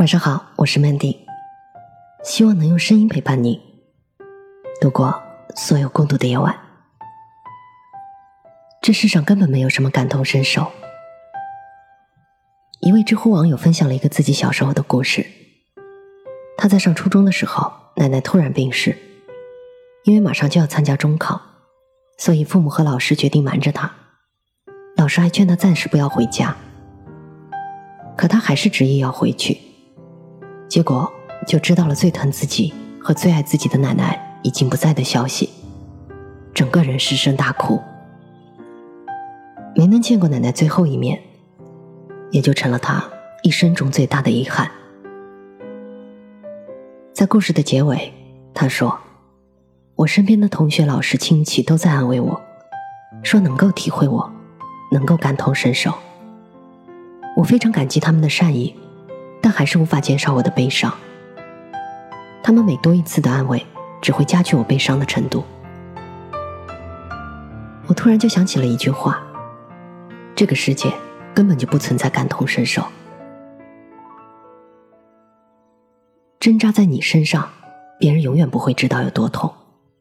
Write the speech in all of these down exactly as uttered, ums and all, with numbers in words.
晚上好，我是 Mandy， 希望能用声音陪伴你度过所有孤独的夜晚。这世上根本没有什么感同身受。一位知乎网友分享了一个自己小时候的故事。他在上初中的时候，奶奶突然病逝，因为马上就要参加中考，所以父母和老师决定瞒着他。老师还劝他暂时不要回家，可他还是执意要回去。结果就知道了最疼自己和最爱自己的奶奶已经不在的消息，整个人失声大哭，没能见过奶奶最后一面，也就成了他一生中最大的遗憾。在故事的结尾，他说，我身边的同学、老师、亲戚都在安慰我，说能够体会我，能够感同身受。我非常感激他们的善意，但还是无法减少我的悲伤。他们每多一次的安慰，只会加剧我悲伤的程度。我突然就想起了一句话，这个世界根本就不存在感同身受。针扎在你身上，别人永远不会知道有多痛。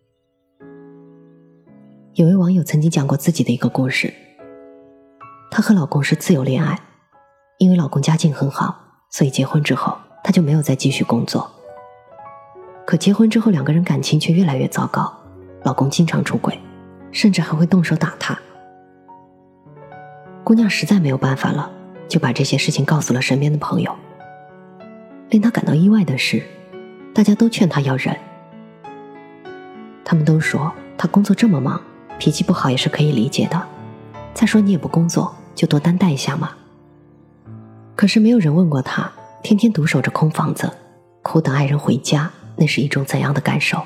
有位网友曾经讲过自己的一个故事，她和老公是自由恋爱，因为老公家境很好，所以结婚之后她就没有再继续工作。可结婚之后两个人感情却越来越糟糕，老公经常出轨，甚至还会动手打她。姑娘实在没有办法了，就把这些事情告诉了身边的朋友。令她感到意外的是，大家都劝她要忍。他们都说她工作这么忙，脾气不好也是可以理解的，再说你也不工作，就多担待一下嘛。可是没有人问过她，天天独守着空房子，苦等爱人回家，那是一种怎样的感受？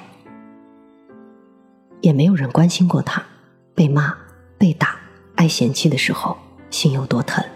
也没有人关心过她，被骂、被打、挨嫌弃的时候，心有多疼。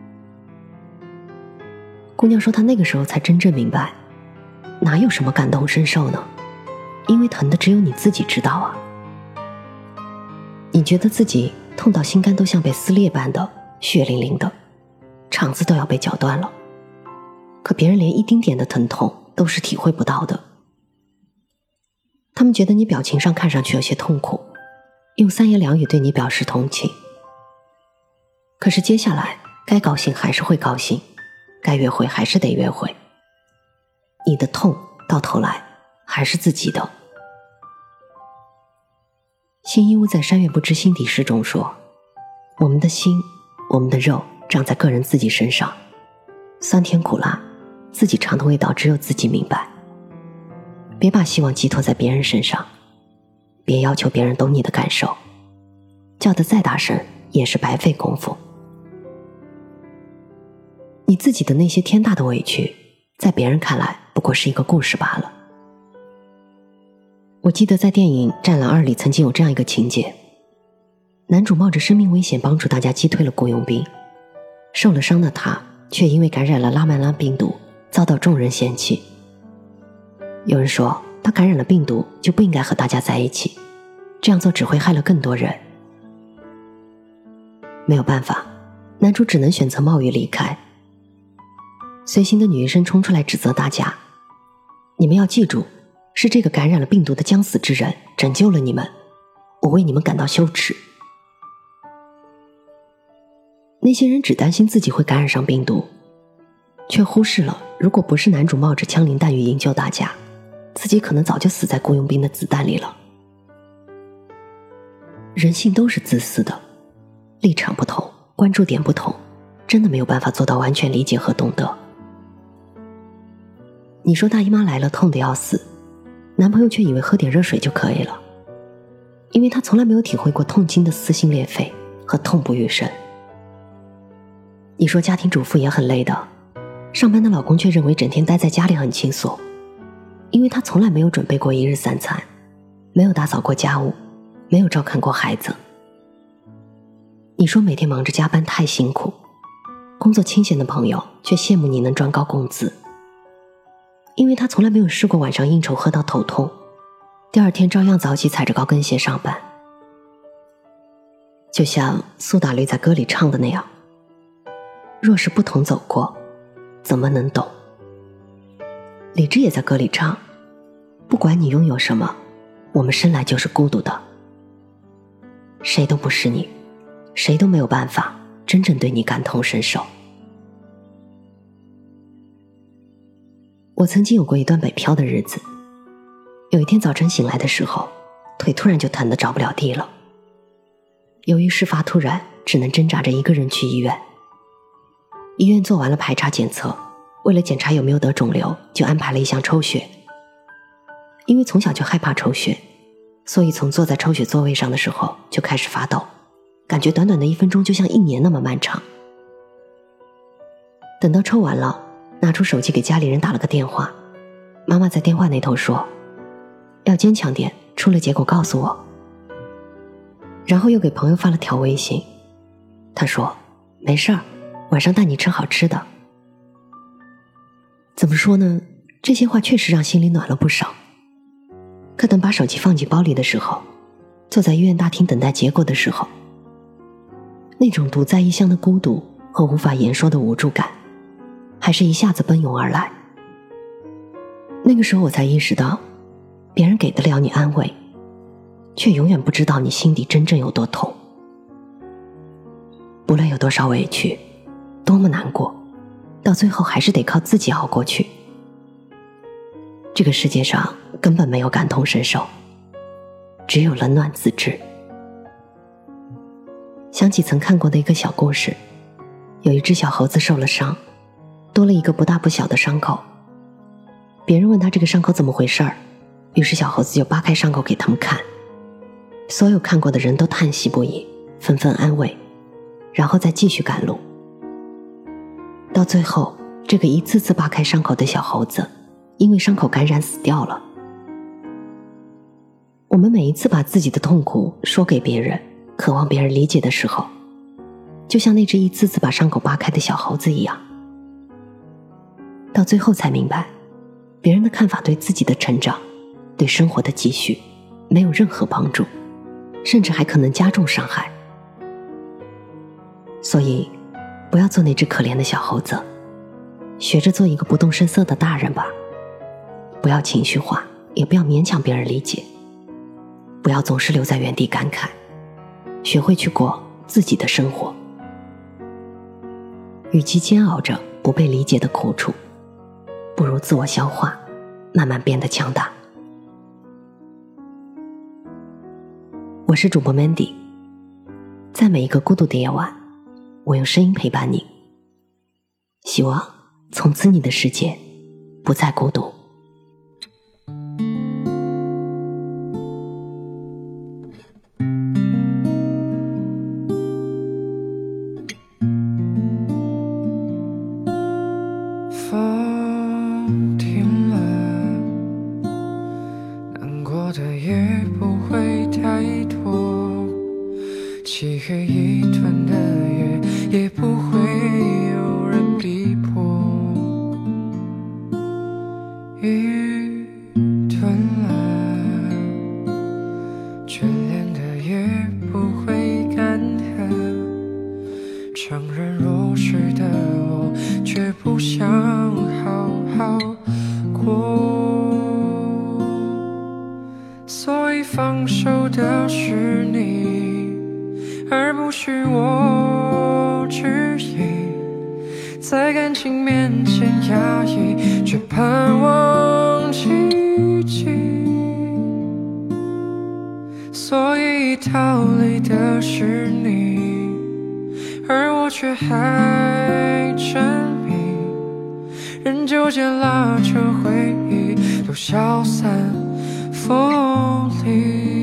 姑娘说她那个时候才真正明白，哪有什么感同身受呢？因为疼的只有你自己知道啊。你觉得自己痛到心肝都像被撕裂般的血淋淋的，肠子都要被绞断了，可别人连一丁点的疼痛都是体会不到的。他们觉得你表情上看上去有些痛苦，用三言两语对你表示同情，可是接下来该高兴还是会高兴，该约会还是得约会，你的痛到头来还是自己的。辛夷坞在《山月不知心底事》中说，我们的心，我们的肉长在个人自己身上，酸甜苦辣，自己尝的味道只有自己明白。别把希望寄托在别人身上，别要求别人懂你的感受，叫得再大声也是白费功夫。你自己的那些天大的委屈，在别人看来不过是一个故事罢了。我记得在电影《战狼二》里曾经有这样一个情节，男主冒着生命危险帮助大家击退了雇佣兵，受了伤的他却因为感染了拉曼拉病毒遭到众人嫌弃。有人说他感染了病毒就不应该和大家在一起，这样做只会害了更多人。没有办法，男主只能选择冒雨离开。随行的女医生冲出来指责大家，你们要记住，是这个感染了病毒的将死之人拯救了你们，我为你们感到羞耻。那些人只担心自己会感染上病毒，却忽视了如果不是男主冒着枪林弹雨营救大家，自己可能早就死在雇佣兵的子弹里了。人性都是自私的，立场不同，关注点不同，真的没有办法做到完全理解和懂得。你说大姨妈来了痛得要死，男朋友却以为喝点热水就可以了，因为他从来没有体会过痛经的撕心裂肺和痛不欲生。你说家庭主妇也很累的，上班的老公却认为整天待在家里很轻松，因为他从来没有准备过一日三餐，没有打扫过家务，没有照看过孩子。你说每天忙着加班太辛苦，工作清闲的朋友却羡慕你能赚高工资，因为他从来没有试过晚上应酬喝到头痛，第二天照样早起踩着高跟鞋上班。就像苏打绿在歌里唱的那样，若是不同走过，怎么能懂？ 李志也在歌里唱，不管你拥有什么，我们生来就是孤独的，谁都不是你，谁都没有办法真正对你感同身受。我曾经有过一段北漂的日子，有一天早晨醒来的时候，腿突然就疼得着不了地了。由于事发突然，只能挣扎着一个人去医院。医院做完了排查检测，为了检查有没有得肿瘤，就安排了一项抽血。因为从小就害怕抽血，所以从坐在抽血座位上的时候就开始发抖，感觉短短的一分钟就像一年那么漫长。等到抽完了，拿出手机给家里人打了个电话，妈妈在电话那头说，要坚强点，出了结果告诉我。然后又给朋友发了条微信，他说没事儿，晚上带你吃好吃的。怎么说呢，这些话确实让心里暖了不少。可等把手机放进包里的时候，坐在医院大厅等待结果的时候，那种独在异乡的孤独和无法言说的无助感还是一下子奔涌而来。那个时候我才意识到，别人给得了你安慰，却永远不知道你心底真正有多痛。不论有多少委屈，多么难过，到最后还是得靠自己熬过去。这个世界上根本没有感同身受，只有冷暖自知。想起曾看过的一个小故事，有一只小猴子受了伤，多了一个不大不小的伤口。别人问他这个伤口怎么回事儿，于是小猴子就扒开伤口给他们看。所有看过的人都叹息不已，纷纷安慰，然后再继续赶路。到最后，这个一次次扒开伤口的小猴子因为伤口感染死掉了。我们每一次把自己的痛苦说给别人，渴望别人理解的时候，就像那只一次次把伤口扒开的小猴子一样，到最后才明白，别人的看法对自己的成长，对生活的继续没有任何帮助，甚至还可能加重伤害。所以不要做那只可怜的小猴子，学着做一个不动声色的大人吧。不要情绪化，也不要勉强别人理解，不要总是留在原地感慨，学会去过自己的生活。与其煎熬着不被理解的苦楚，不如自我消化，慢慢变得强大。我是主播 Mandy， 在每一个孤独的夜晚，我用声音陪伴你，希望从此你的世界不再孤独。 风停了，难过的也不会太多，漆黑一团的夜也不会有人逼迫。雨停了，眷恋的也不会干涸，怅然若失的我却不想好好过，所以放手的是你，而不是我质疑，在感情面前压抑，却盼望奇迹，所以逃离的是你，而我却还沉迷，仍旧牵拉着回忆，都消散风里。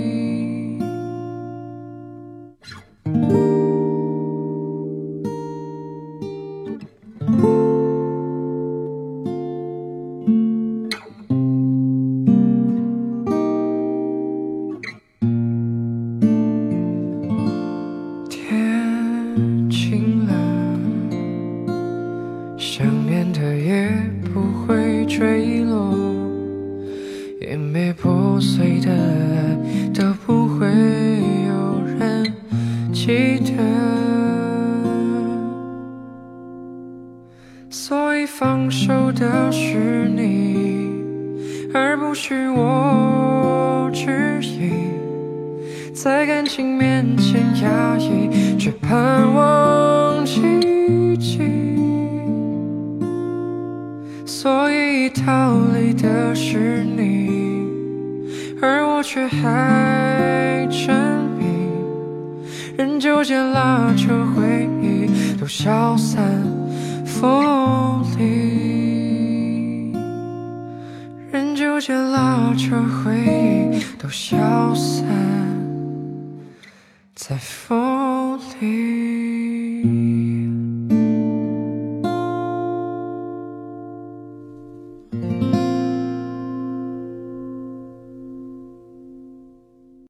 天晴了，想念的也不会坠落，也没破碎的爱都不会有人记得，所以以放手的是你，而不是我质疑，在感情面前压抑，却盼望奇迹。所以逃离的是你，而我却还沉迷，任纠结拉扯回忆都消散风里，任纠结拉扯回忆都消散在风里。